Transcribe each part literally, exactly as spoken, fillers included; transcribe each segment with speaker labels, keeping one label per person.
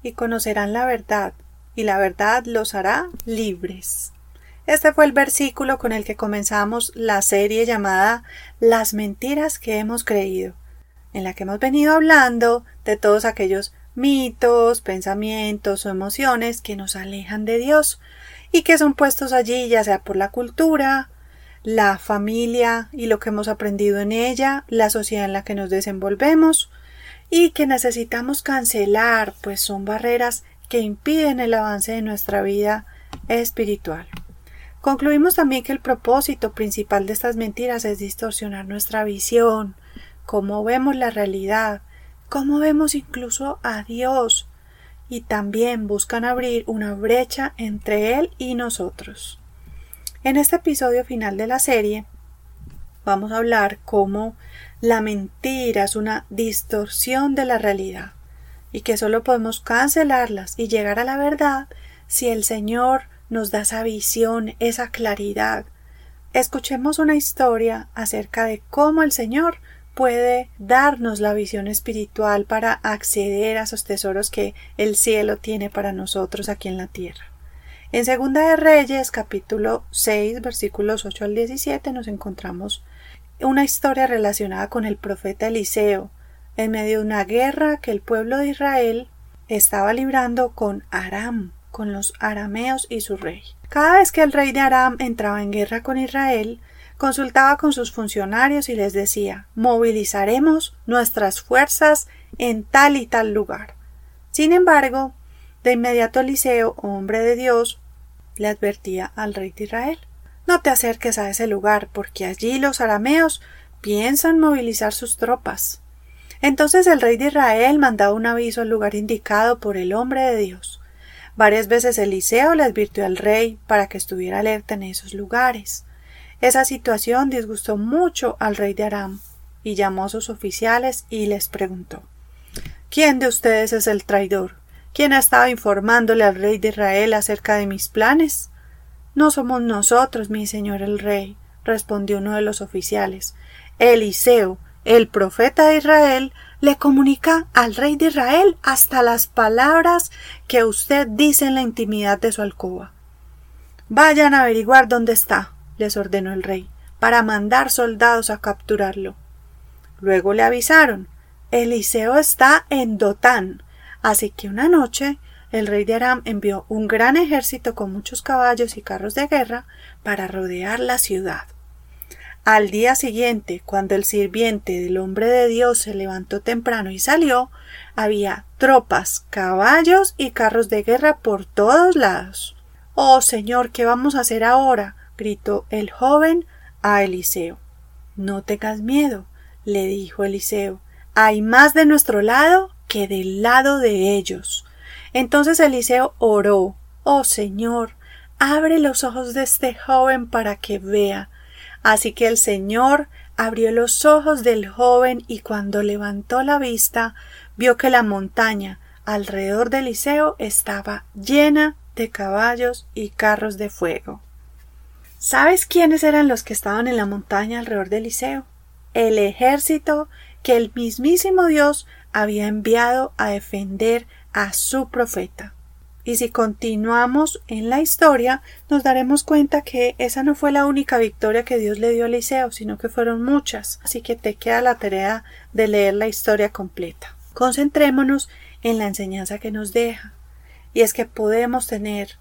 Speaker 1: y conocerán la verdad, y la verdad los hará libres. Este fue el versículo con el que comenzamos la serie llamada Las mentiras que hemos creído, en la que hemos venido hablando de todos aquellos mitos, pensamientos o emociones que nos alejan de Dios y que son puestos allí ya sea por la cultura, la familia y lo que hemos aprendido en ella, la sociedad en la que nos desenvolvemos y que necesitamos cancelar, pues son barreras que impiden el avance de nuestra vida espiritual. Concluimos también que el propósito principal de estas mentiras es distorsionar nuestra visión, cómo vemos la realidad, cómo vemos incluso a Dios, y también buscan abrir una brecha entre Él y nosotros. En este episodio final de la serie vamos a hablar cómo la mentira es una distorsión de la realidad y que solo podemos cancelarlas y llegar a la verdad si el Señor nos da esa visión, esa claridad. Escuchemos una historia acerca de cómo el Señor puede darnos la visión espiritual para acceder a esos tesoros que el cielo tiene para nosotros aquí en la tierra. En Segunda de Reyes, capítulo seis, versículos ocho al diecisiete, nos encontramos una historia relacionada con el profeta Eliseo, en medio de una guerra que el pueblo de Israel estaba librando con Aram, con los arameos y su rey. Cada vez que el rey de Aram entraba en guerra con Israel, consultaba con sus funcionarios y les decía: movilizaremos nuestras fuerzas en tal y tal lugar. Sin embargo, de inmediato Eliseo, hombre de Dios, le advertía al rey de Israel: no te acerques a ese lugar, porque allí los arameos piensan movilizar sus tropas. Entonces el rey de Israel mandaba un aviso al lugar indicado por el hombre de Dios. Varias veces Eliseo le advirtió al rey para que estuviera alerta en esos lugares. Esa situación disgustó mucho al rey de Aram, y llamó a sus oficiales y les preguntó: ¿quién de ustedes es el traidor? ¿Quién ha estado informándole al rey de Israel acerca de mis planes? No somos nosotros, mi señor el rey, respondió uno de los oficiales. Eliseo, el profeta de Israel, le comunica al rey de Israel hasta las palabras que usted dice en la intimidad de su alcoba. Vayan a averiguar dónde está, les ordenó el rey, para mandar soldados a capturarlo. Luego le avisaron: Eliseo está en Dotán. Así que una noche el rey de Aram envió un gran ejército con muchos caballos y carros de guerra para rodear la ciudad. Al día siguiente, cuando el sirviente del hombre de Dios se levantó temprano y salió, había tropas, caballos y carros de guerra por todos lados. «Oh, Señor, ¿qué vamos a hacer ahora?», gritó el joven a Eliseo. «No tengas miedo», le dijo Eliseo, «hay más de nuestro lado que del lado de ellos». Entonces Eliseo oró: «Oh Señor, abre los ojos de este joven para que vea». Así que el Señor abrió los ojos del joven y cuando levantó la vista vio que la montaña alrededor de Eliseo estaba llena de caballos y carros de fuego. ¿Sabes quiénes eran los que estaban en la montaña alrededor de Eliseo? El ejército que el mismísimo Dios había enviado a defender a su profeta. Y si continuamos en la historia, nos daremos cuenta que esa no fue la única victoria que Dios le dio a Eliseo, sino que fueron muchas. Así que te queda la tarea de leer la historia completa. Concentrémonos en la enseñanza que nos deja. Y es que podemos tener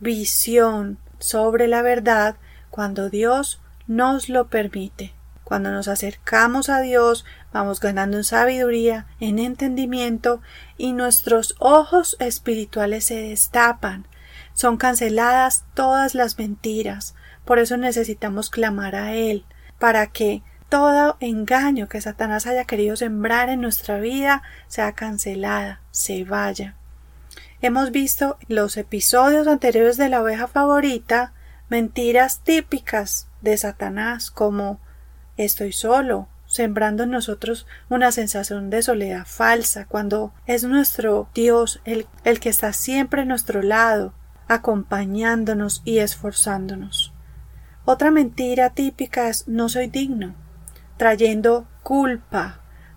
Speaker 1: visión sobre la verdad cuando Dios nos lo permite. Cuando nos acercamos a Dios, vamos ganando en sabiduría, en entendimiento, y nuestros ojos espirituales se destapan. Son canceladas todas las mentiras. Por eso necesitamos clamar a Él, para que todo engaño que Satanás haya querido sembrar en nuestra vida sea cancelada, se vaya. Hemos visto en los episodios anteriores de la oveja favorita mentiras típicas de Satanás, como estoy solo, sembrando en nosotros una sensación de soledad falsa, cuando es nuestro Dios el, el que está siempre a nuestro lado, acompañándonos y esforzándonos. Otra mentira típica es no soy digno, trayendo culpa,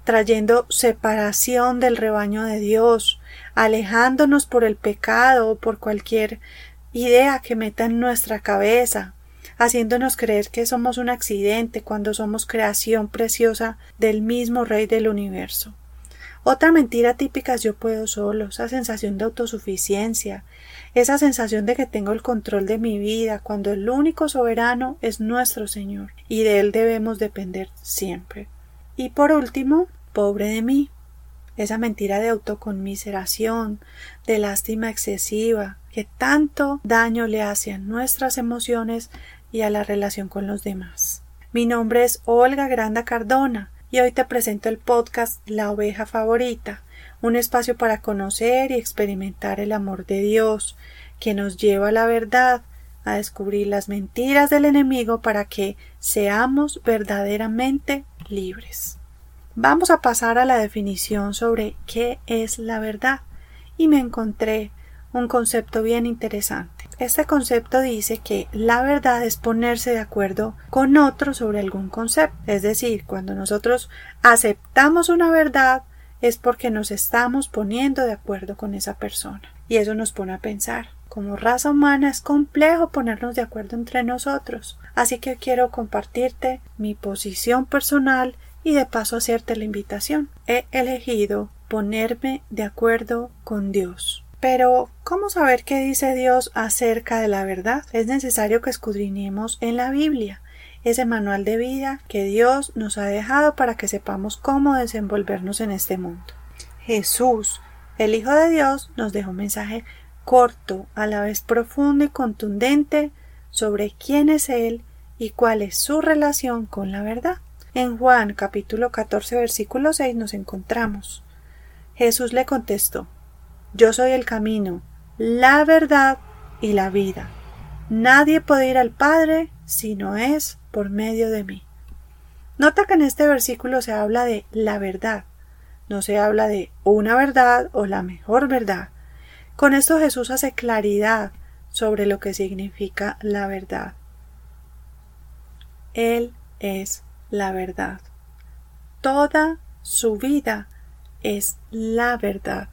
Speaker 1: trayendo separación del rebaño de Dios, alejándonos por el pecado o por cualquier idea que meta en nuestra cabeza, haciéndonos creer que somos un accidente cuando somos creación preciosa del mismo Rey del universo. Otra mentira típica es yo puedo solo, esa sensación de autosuficiencia, esa sensación de que tengo el control de mi vida cuando el único soberano es nuestro Señor y de Él debemos depender siempre. Y por último, pobre de mí, esa mentira de autoconmiseración, de lástima excesiva, que tanto daño le hace a nuestras emociones y a la relación con los demás. Mi nombre es Olga Granda Cardona y hoy te presento el podcast La Oveja Favorita, un espacio para conocer y experimentar el amor de Dios, que nos lleva a la verdad, a descubrir las mentiras del enemigo para que seamos verdaderamente libres. Vamos a pasar a la definición sobre qué es la verdad y me encontré un concepto bien interesante. Este concepto dice que la verdad es ponerse de acuerdo con otro sobre algún concepto. Es decir, cuando nosotros aceptamos una verdad es porque nos estamos poniendo de acuerdo con esa persona. Y eso nos pone a pensar. Como raza humana es complejo ponernos de acuerdo entre nosotros. Así que quiero compartirte mi posición personal y de paso hacerte la invitación. He elegido ponerme de acuerdo con Dios. Pero, ¿cómo saber qué dice Dios acerca de la verdad? Es necesario que escudriñemos en la Biblia, ese manual de vida que Dios nos ha dejado para que sepamos cómo desenvolvernos en este mundo. Jesús, el Hijo de Dios, nos dejó un mensaje corto, a la vez profundo y contundente sobre quién es Él y cuál es su relación con la verdad. En Juan capítulo catorce versículo seis nos encontramos. Jesús le contestó: Yo soy el camino, la verdad y la vida. Nadie puede ir al Padre si no es por medio de mí. Nota que en este versículo se habla de la verdad, no se habla de una verdad o la mejor verdad. Con esto Jesús hace claridad sobre lo que significa la verdad. Él es la verdad. Toda su vida es la verdad.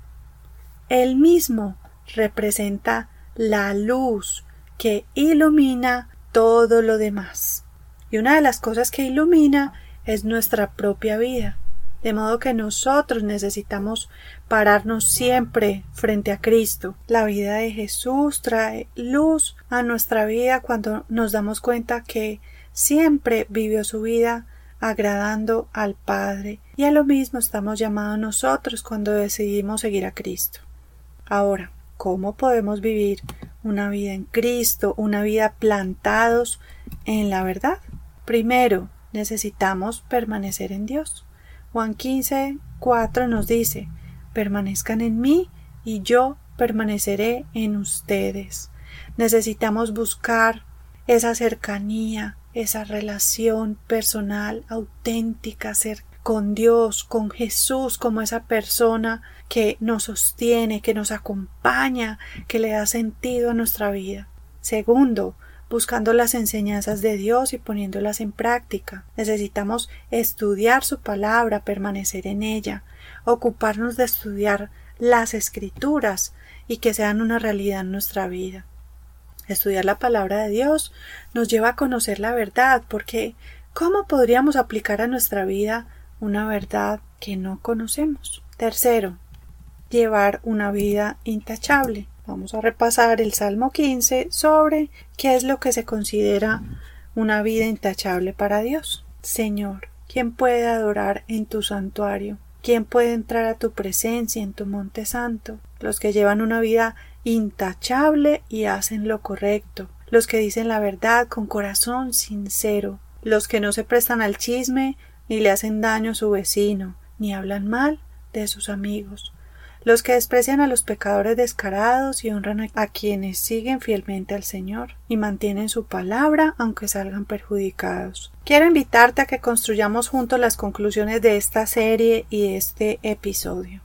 Speaker 1: Él mismo representa la luz que ilumina todo lo demás. Y una de las cosas que ilumina es nuestra propia vida. De modo que nosotros necesitamos pararnos siempre frente a Cristo. La vida de Jesús trae luz a nuestra vida cuando nos damos cuenta que siempre vivió su vida agradando al Padre. Y a lo mismo estamos llamados nosotros cuando decidimos seguir a Cristo. Ahora, ¿cómo podemos vivir una vida en Cristo, una vida plantados en la verdad? Primero, necesitamos permanecer en Dios. Juan quince, cuatro nos dice: permanezcan en mí y yo permaneceré en ustedes. Necesitamos buscar esa cercanía, esa relación personal, auténtica, ser con Dios, con Jesús, como esa persona que nos sostiene, que nos acompaña, que le da sentido a nuestra vida. Segundo, buscando las enseñanzas de Dios y poniéndolas en práctica. Necesitamos estudiar su palabra, permanecer en ella, ocuparnos de estudiar las Escrituras y que sean una realidad en nuestra vida. Estudiar la palabra de Dios nos lleva a conocer la verdad, porque ¿cómo podríamos aplicar a nuestra vida una verdad que no conocemos? Tercero, llevar una vida intachable. Vamos a repasar el Salmo quince sobre qué es lo que se considera una vida intachable para Dios. Señor, ¿quién puede adorar en tu santuario? ¿Quién puede entrar a tu presencia en tu monte santo? Los que llevan una vida intachable y hacen lo correcto, los que dicen la verdad con corazón sincero, los que no se prestan al chisme ni le hacen daño a su vecino, ni hablan mal de sus amigos, los que desprecian a los pecadores descarados y honran a quienes siguen fielmente al Señor y mantienen su palabra aunque salgan perjudicados. Quiero invitarte a que construyamos juntos las conclusiones de esta serie y de este episodio.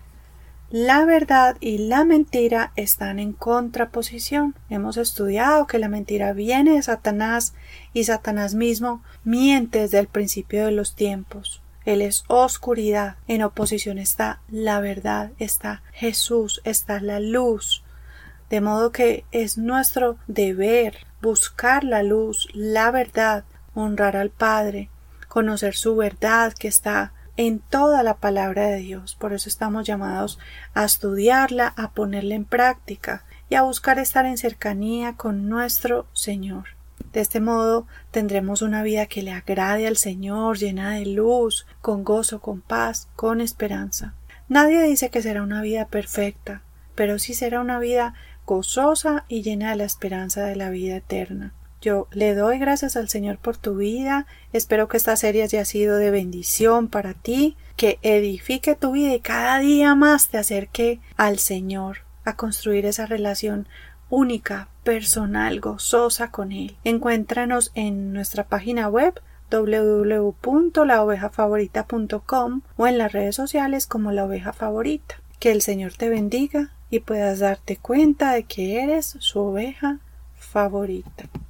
Speaker 1: La verdad y la mentira están en contraposición. Hemos estudiado que la mentira viene de Satanás y Satanás mismo miente desde el principio de los tiempos. Él es oscuridad. En oposición está la verdad, está Jesús, está la luz. De modo que es nuestro deber buscar la luz, la verdad, honrar al Padre, conocer su verdad que está en toda la palabra de Dios. Por eso estamos llamados a estudiarla, a ponerla en práctica y a buscar estar en cercanía con nuestro Señor. De este modo tendremos una vida que le agrade al Señor, llena de luz, con gozo, con paz, con esperanza. Nadie dice que será una vida perfecta, pero sí será una vida gozosa y llena de la esperanza de la vida eterna. Yo le doy gracias al Señor por tu vida. Espero que esta serie haya sido de bendición para ti, que edifique tu vida y cada día más te acerque al Señor, a construir esa relación única, personal, gozosa con Él. Encuéntranos en nuestra página web doble u doble u doble u punto la oveja favorita punto com o en las redes sociales como La Oveja Favorita. Que el Señor te bendiga y puedas darte cuenta de que eres su oveja favorita.